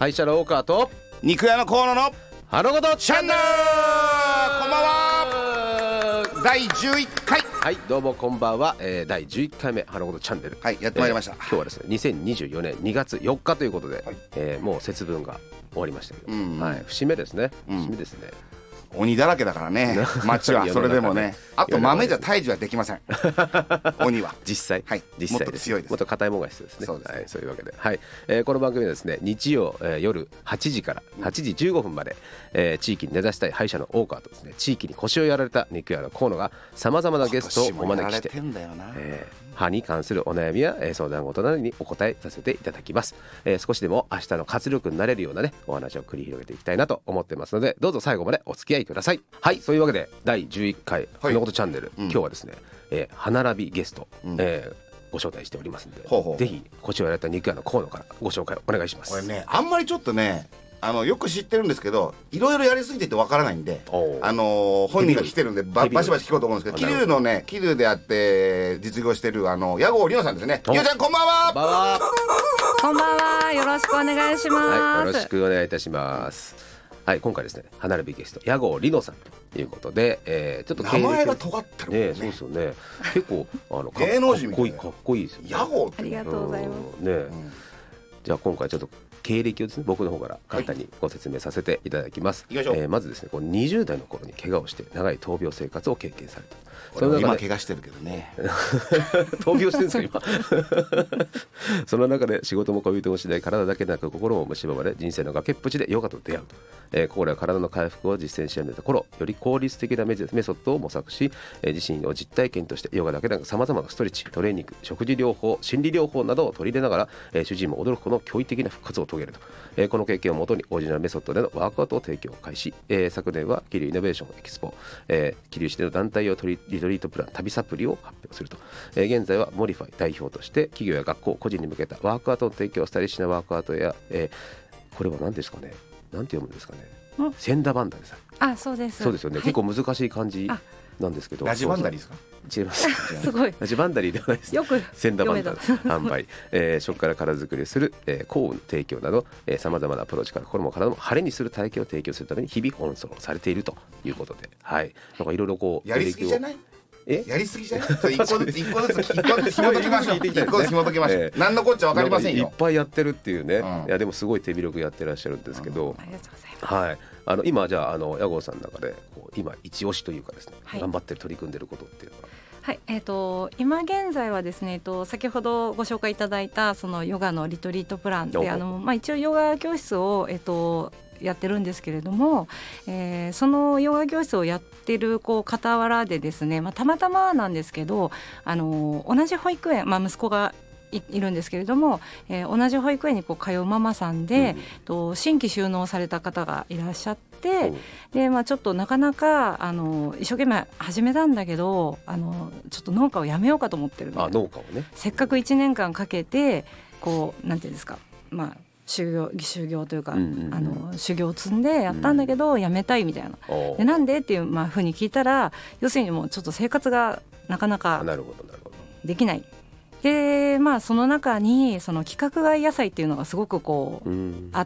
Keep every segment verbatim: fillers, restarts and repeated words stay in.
歯医者の大川と肉屋の河野のハロゴトチャンネル。こんばんは。だいじゅういっかい。 はい、どうもこんばんは、えー、だいじゅういっかいめハロゴトチャンネル、 はい、やってまいりました、えー、 今日はですねにせんにじゅうよねんにがつよっかということで、はい、えー、もう節分が終わりましたけど、うんうん、はい、節目ですね、うん、節目ですね。 鬼だらけだからね街は。それでもね、あと豆じゃ退治はできません鬼は実際、 はい、 実際もっと強いです。 もっと硬いものが必要ですね。 そうですね、 はい、そういうわけで、はい、えー、この番組はですね日曜、えー、夜はちじからはちじじゅうごふんまで、えー、地域に根ざしたい歯医者の大川とですね地域に腰をやられた肉屋の河野がさまざまなゲストをお招きして、えー、歯に関するお悩みや、えー、相談事などにお答えさせていただきます。えー、少しでも明日の活力になれるようなねお話を繰り広げていきたいなと思ってますので、どうぞ最後までお付き合いください。はい、そういうわけでだいじゅういっかいハロゴトチャンネル、うん、今日はですね、えー、歯並びゲスト、うん、えーご招待しておりますので、ほうほう、ぜひ腰をやられた肉屋の河野からご紹介お願いします。 これね、あんまりちょっとねあのよく知ってるんですけど、いろいろやりすぎててわからないんで、あのー、本人が来てるんでバシバシ聞こうと思うんですけど、桐生のね、桐生であって実業してるあの矢郷里乃さんですね。里乃ちゃんこんばんは。 こんばんは。 こんばんは、よろしくお願いします。 はい、よろしくお願いいたします。はい、今回ですね歯並びゲスト矢郷里乃さんということで、えー、ちょっと名前が尖ってるもんね。 ね、そうですよね。結構あの芸能人みたいなかっこいいですよね。 矢郷、 ありがとうございますね、うん、じゃあ今回ちょっと経歴をですね僕の方から簡単にご説明させていただきます。 はい、 えー、まずですねこうにじゅうだいの頃に怪我をして長い闘病生活を経験された。 その今怪我してるけどね闘病してるんですか今その中で仕事も恋人も次第体だけでなく心も蝕まれ人生の崖っぷちでヨガと出会うと、えー、心や体の回復を実践し始めた頃より効率的なメソッドを模索し、えー、自身の実体験としてヨガだけでなくさまざまなストレッチトレーニング食事療法心理療法などを取り入れながら、えー、主治医も驚くこの驚異的な復活を遂げると、えー、この経験をもとにオリジナルメソッドでのワークアウトを提供開始、えー、昨年は桐生イノベーションエキスポ、えー、桐生市での団体用リトリートプラン旅サプリを発表すると、えー、現在はモリファイ代表として企業や学校個人に向けたワークアウトの提供スタイリッシュなワークアウトや、えー、これは何ですかね、なんて読むんですかね、センダバンダです。 あ、そうです。 そうですよね、はい、結構難しい感じなんですけど、 ラジバンダリーですか？ 違いますすごいラジバンダリーではないです。 よくセンダバンダ販売、えー、食から体作りする、えー、幸運提供などさまざまなアプローチから心も体も晴れにする体験を提供するために日々奔走されているということで、はい、なんかいろいろこうやりすぎじゃない？ えやりすぎじゃない？一個ずつ一個ずつ一個ずつ紐解きましょう。一個ずつ紐解きましょう。何のこっちゃ分かりませんよ。 いっぱいやってるっていうね、 うん、 いやでもすごい手広くやってらっしゃるんですけど、 うん、ありがとうございます。 はい、あの今じゃああの矢郷さんの中でこう今一押しというかですね、 はい、 頑張って取り組んでることっていうのは。 はい、えー、と今現在はですね、えー、と先ほどご紹介いただいたそのヨガのリトリートプランであの、まあ、一応ヨガ教室を、えー、とやってるんですけれども、えー、そのヨガ教室をやってるこう傍らでですね、まあ、たまたまなんですけどあの同じ保育園、まあ、息子がい, いるんですけれども、えー、同じ保育園にこう通うママさんで、うん、と新規就農された方がいらっしゃって、うん、でまあ、ちょっとなかなかあの一生懸命始めたんだけどあのちょっと農家をやめようかと思ってるみたいな。 あ、農家をね、せっかくいちねんかんかけてこうなんていうんですか、まあ修行、修行というか、うんうんうん、あの修行を積んでやったんだけど、うん、やめたいみたいな。でなんでっていう、まあ、ふうに聞いたら要するにもうちょっと生活がなかなかできない。でまあ、その中にその規格外野菜っていうのがすごくこう、うん、あって、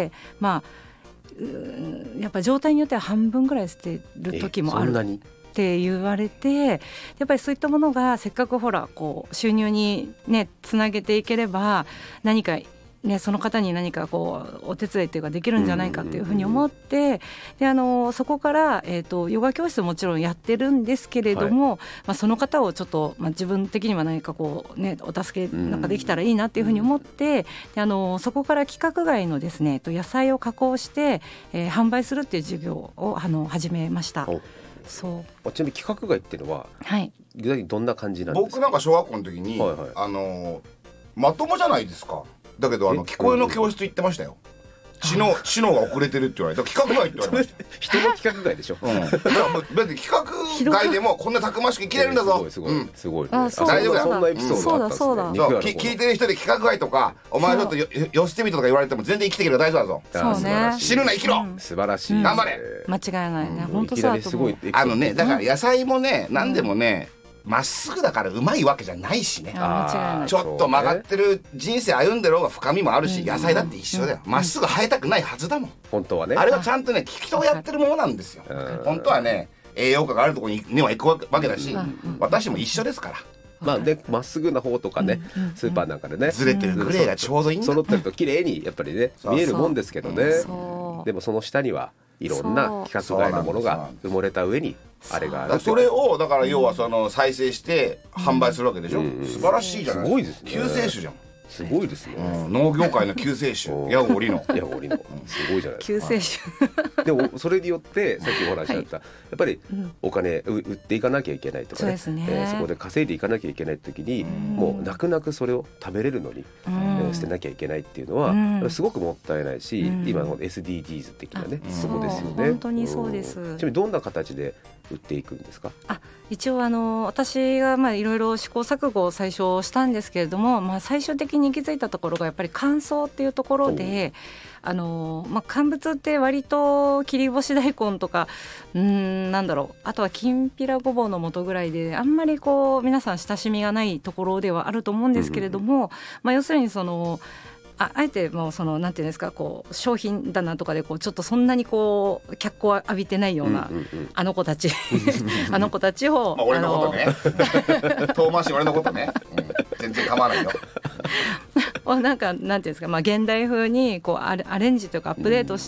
まあ、うやっぱ状態によっては半分ぐらい捨てる時もあるって言われて、やっぱりそういったものがせっかくほらこう収入にねつなげていければ何かね、その方に何かこうお手伝いっていうかできるんじゃないかっていうふうに思って、であのそこから、えーと、ヨガ教室ももちろんやってるんですけれども、はい、まあ、その方をちょっと、まあ、自分的には何かこう、ね、お助けなんかできたらいいなっていうふうに思って、であのそこから規格外のですね野菜を加工して、えー、販売するっていう事業をあの始めました。そうちなみに規格外っていうのは、 はい、 具体的にどんな感じなんですか？ 僕なんか小学校の時に、はいはい、あのまともじゃないですか。だけどあの聞こえの教室行ってましたよ。知能知能が遅れてるって言われた。規格外って言われました。 人の規格外でしょ。うん、だって規格外でもこんなたくましく生きれるんだぞ。 すごいすごい、うん、すごい、ね、 あそう大丈夫だ。 そんなエピソードあったんですね。そうだそうだ。 そう聞いてる人で規格外とかお前ちょっとよよしてみとか言われても全然生きていけるから大丈夫だぞ。 そうね。 死ぬな生きろ。 うん、素晴らしい、ね。 頑張れ。 間違いないね。本当そうだと思う。 あのねだから野菜もね何でもね。 まっすぐだからうまいわけじゃないしね。 あ間違いない。 ちょっと曲がってる人生歩んでる方が深みもあるし、野菜だって一緒だよ。まっすぐ生えたくないはずだもん本当はね。 あれはちゃんとね聞きとやってるものなんですよ。本当はね栄養価があるところに根は行くわけだし、私も一緒ですから。 まあね、まっすぐな方とかね、うんうんうん、スーパーなんかでねずれてるグレーがちょうどいいんだ。 揃ってると綺麗にやっぱりね見えるもんですけどね。でもその下にはいろんな規格外のものが埋もれた上にあれがある。 それをだから要はその再生して販売するわけでしょ、うんうん、素晴らしいじゃない。 すごいですね。 救世主じゃん。 すごいですね、 うん、農業界の救世主ヤゴリのヤゴリのすごいじゃないですか。 救世主でもそれによってさっきお話しあった、はい、やっぱりお金売っていかなきゃいけないとか ね, そ, ね、えー、そこで稼いでいかなきゃいけない時にもう泣く泣くそれを食べれるのに、えー、捨てなきゃいけないっていうのはすごくもったいないし、今の エスディージーズ 的なねそこですよね。 本当にそうです。ちなみにどんな形で売っていくんですか？ あ一応あの私がまあいろいろ試行錯誤を最初したんですけれども、まあ、最終的に行き着いたところがやっぱり乾燥っていうところで、あの、まあ、乾物って割と切り干し大根とかうーんなんだろう、あとはきんぴらごぼうの素ぐらいであんまりこう皆さん親しみがないところではあると思うんですけれども、まあ、要するにそのあ, あえてもうそのなんていうんですか、こう商品棚とかでこうちょっとそんなにこう脚光を浴びてないような、うんうんうん、あの子たちあの子たちを、 まあ、俺のことね遠回し俺のことね、うん、全然構わないよなんかなんていうんですか、まあ、現代風にこうアレンジというかアップデートして、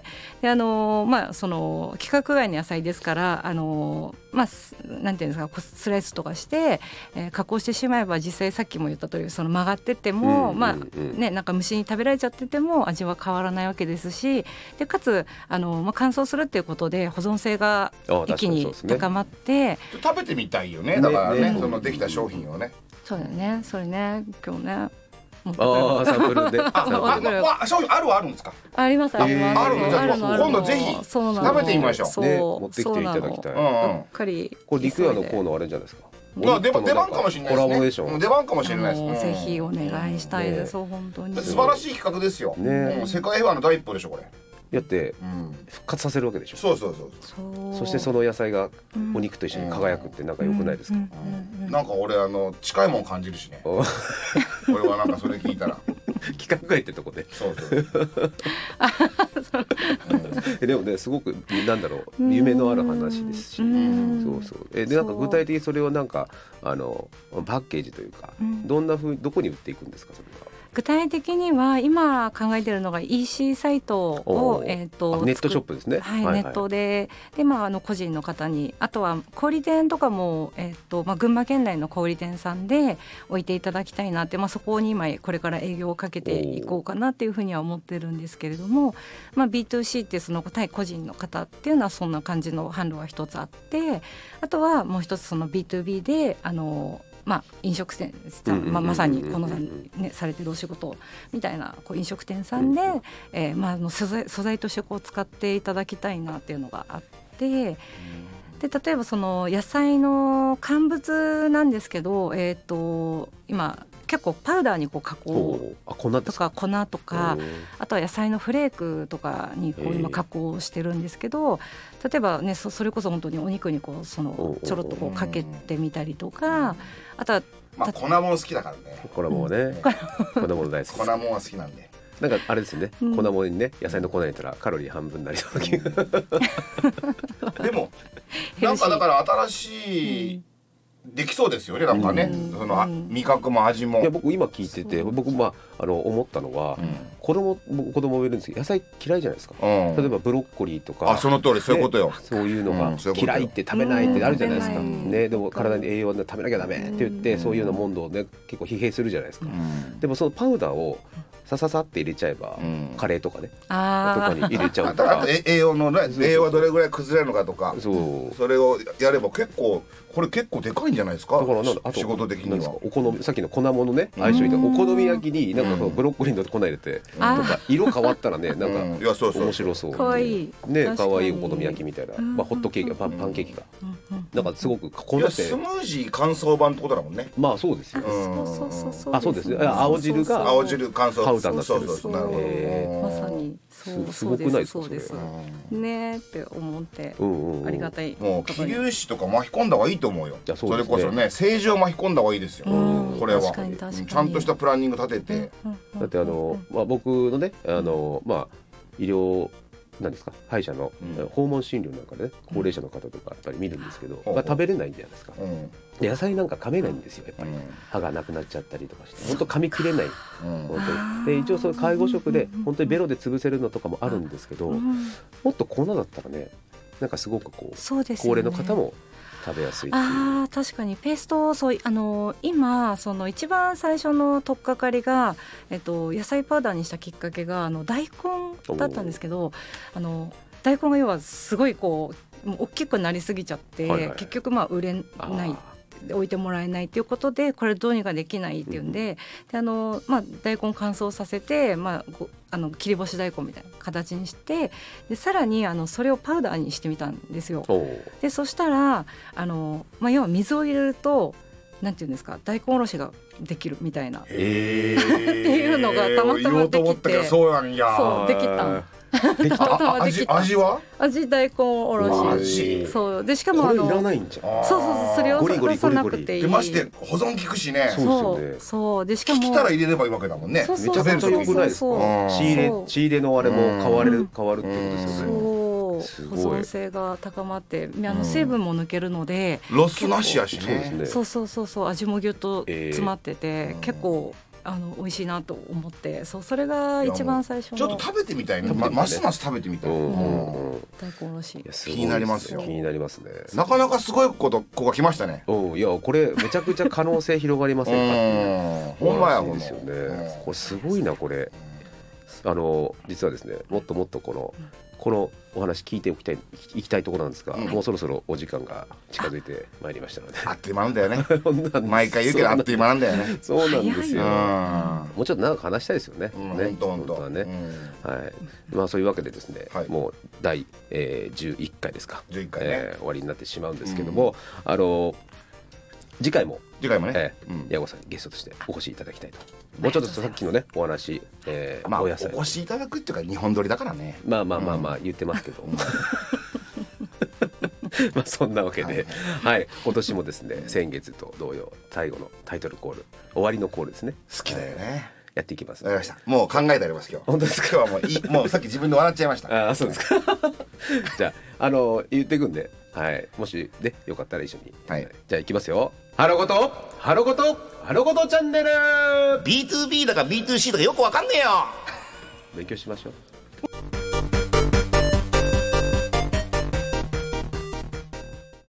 うん、であのまあその規格外の野菜ですからあのまあなんていうんですか、スライスとかして、えー、加工してしまえば実際さっきも言った通りその曲がってても、うん、まあねなんか虫に食べられちゃってても味は変わらないわけですし、でかつあの、まあ、乾燥するっていうことで保存性が一気に高まって、ね、 食べてみたいよね。だから ね, ね, ねそのできた商品をね。 そうだよね。それね今日ねああサンプルであああ商品あるはあるんですか？ ありますあります。 あるのじゃあ今度ぜひ食べてみましょう。 ね持ってきていただきたい。 うっかりこれ陸屋のコーナーあれじゃないですか。 まあ出番出番かもしれないですね。 コラボでしょ。 出番かもしれないです。 ぜひお願いしたいです。本当に素晴らしい企画ですよ。ね世界平和の第一歩でしょこれ。 やって復活させるわけでしょ。 そうそうそう。 そしてその野菜がお肉と一緒に輝くってなんか良くないですか？ なんか俺あの近いもん感じるしね。俺はなんかそれ聞いたら。 規格外ってとこで。 そうそう。 でもねすごくなんだろう夢のある話ですし、そうそう。えでなんか具体的にそれをなんかあのパッケージというかどんな風どこに売っていくんですかそれは？ 具体的には今考えているのが イーシー サイトを、えー、とネットショップですね、 はいはいはい、ネットで、で、まあ、あの個人の方にあとは小売店とかも、えーとまあ、群馬県内の小売店さんで置いていただきたいなって、まあ、そこに今これから営業をかけていこうかなっていうふうには思ってるんですけれども、まあ、ビーツーシー ってその対個人の方っていうのはそんな感じの販路が一つあって、あとはもう一つその ビーツービー であのまあ、飲食店さん、まあ、まさにこの、ね、されてるお仕事みたいなこう飲食店さんで、えーまあ、の素材、素材としてこう使っていただきたいなっていうのがあって、で例えばその野菜の乾物なんですけど、えー、と今結構パウダーにこう加工とか粉とか、あとは野菜のフレークとかにこう今加工してるんですけど、例えばね そ, それこそ本当にお肉にこうそのちょろっとこうかけてみたりとか、あとはまあ粉もん好きだからね。 粉もんね、粉もん大好き。 粉もんは好きなんで。 なんかあれですよね、うん、粉もんにね野菜の粉に入れたらカロリー半分になりそうな気がでもなんかだから新しい、うんできそうですよねなんかね、うん、その味覚も味も。 いや僕今聞いてて僕まああの思ったのは、うん、子供子供もいるんですけど野菜嫌いじゃないですか、うん、例えばブロッコリーとか。 あその通りそういうことよ、 ね、そういうのが嫌いって食べないってあるじゃないですか、うんね、でも体に栄養は食べなきゃダメって言って、うん、そういうような問答をね結構疲弊するじゃないですか、うん、でもそのパウダーをさささって入れちゃえば、うん、カレーとかねあとかに入れちゃうとか、 あと栄養の、ね、栄養はどれぐらい崩れるのかとか、そうそれをやれば結構これ結構でかいんじゃないですか。だからなんあと仕事的にはお好みさっきの粉物ね相性いいお好み焼きになんかそのブロッコリーの粉入れて、うん、とか色変わったらねなんか面白そうかわいいねかわいいお好み焼きみたいな、まあ、ホットケーキパンパンケーキがなんかすごくこんなスムージー乾燥版ってことだもんね。 まあそうですよ、 そうそうそうそうあそうですね青汁が青汁乾燥パウダーになってる。 そうそうそうなるほど、 えー、まさにそうすごくないですかそうですそれ。 ねーって思って、 うんうんうん、 ありがたい。 もう桐生市とか巻き込んだ方がいいと思うよ。 いやそうそですね、 れこそね政治を巻き込んだ方がいいですよ、 うん、 これは確かに確かにちゃんとしたプランニング立てて、 だってあの、まあ、僕のねあの、まあ、医療なんですか歯医者の、うん、訪問診療なんかで、ね、高齢者の方とかやっぱり見るんですけど、うん、まあ、食べれないんじゃないですか、うん、野菜なんか噛めないんですよやっぱり、うん、歯がなくなっちゃったりとかして本当噛み切れない、うん、本当にで一応そういう介護食で本当にベロで潰せるのとかもあるんですけど、うん、もっと粉だったらねなんかすごくこう、 そうです高よね、 齢の方も食べやすいっていう。 あ確かにペーストそうあの今その一番最初の取っかかりが、えっと、野菜パウダーにしたきっかけがあの大根だったんですけど、あの大根が要はすごいこう大きくなりすぎちゃって、はいはい、結局まあ売れない置いてもらえないということでこれどうにかできないっていうんで、うん、であの、まあ、大根乾燥させて、まあ、あの切り干し大根みたいな形にしてでさらにあのそれをパウダーにしてみたんですよ。でそしたらあの、まあ、要は水を入れるとなんていうんですか大根おろしができるみたいな、 えー、 っていうのがたまたまできてそうなんやそうできたできた味, 味は味大根おろしそうでしかもあのこれいらないんじゃん。 そうそうそうそれを出さなくていいでまして保存効くしね。 そうですよね。そうでしかも来たら入れればいいわけだもんね。 そうそうそうめちゃくちゃ良くないですか。仕入れ仕入れのあれも変われる、うん、変わるってことですよね。 そう保存性が高まってあの水分も抜けるので、 うん、ロスなしやしね。そうそうそうそう味もぎゅっと詰まってて、えー、結構あの美味しいなと思ってそうそれが一番最初のちょっと食べてみたいね、ま、ますます食べてみたい、うんうんうん、大根おろし気になりますよ。 気になりますね。 なかなかすごいこと子が来ましたね。 うんいやこれめちゃくちゃ可能性広がりませんかっていうほんまやほんまですよね。これすごいなこれあの実はですねもっともっとこのこのお話聞いておきたいいきたいところなんですが、うん、もうそろそろお時間が近づいてまいりましたのであっという間なんだよね毎回言うけどあっという間なんだよねそうなんですよ。もうちょっと長く話したいですよね。 本当本当はね、 うんはいまあ、そういうわけでですね、はい、もう第、えー、じゅういっかいですかじゅういっかい、ねえー、終わりになってしまうんですけども、うん、あの次回も次回もね、 えーうん、矢後さんにゲストとしてお越しいただきたいと。もうちょっとさっきのねお話、えーまあ、 お野菜お越しいただくっていうか日本撮りだからね。 まあまあまあまあ言ってますけど、うん、まあそんなわけで、はいはい、今年もですね先月と同様最後のタイトルコール終わりのコールですね。 好きだよね。 やっていきます。 わかりました。もう考えてあります今日。本当ですか。今日はもういいもうさっき自分で笑っちゃいました。 あそうですか。じゃああの言っていくんで、はい、もしねよかったら一緒に、はい、じゃあいきますよ。ハロゴトハロゴトハロゴトチャンネルビーツービー だか ビーツーシー だかよくわかんねえよ。 勉強しましょう。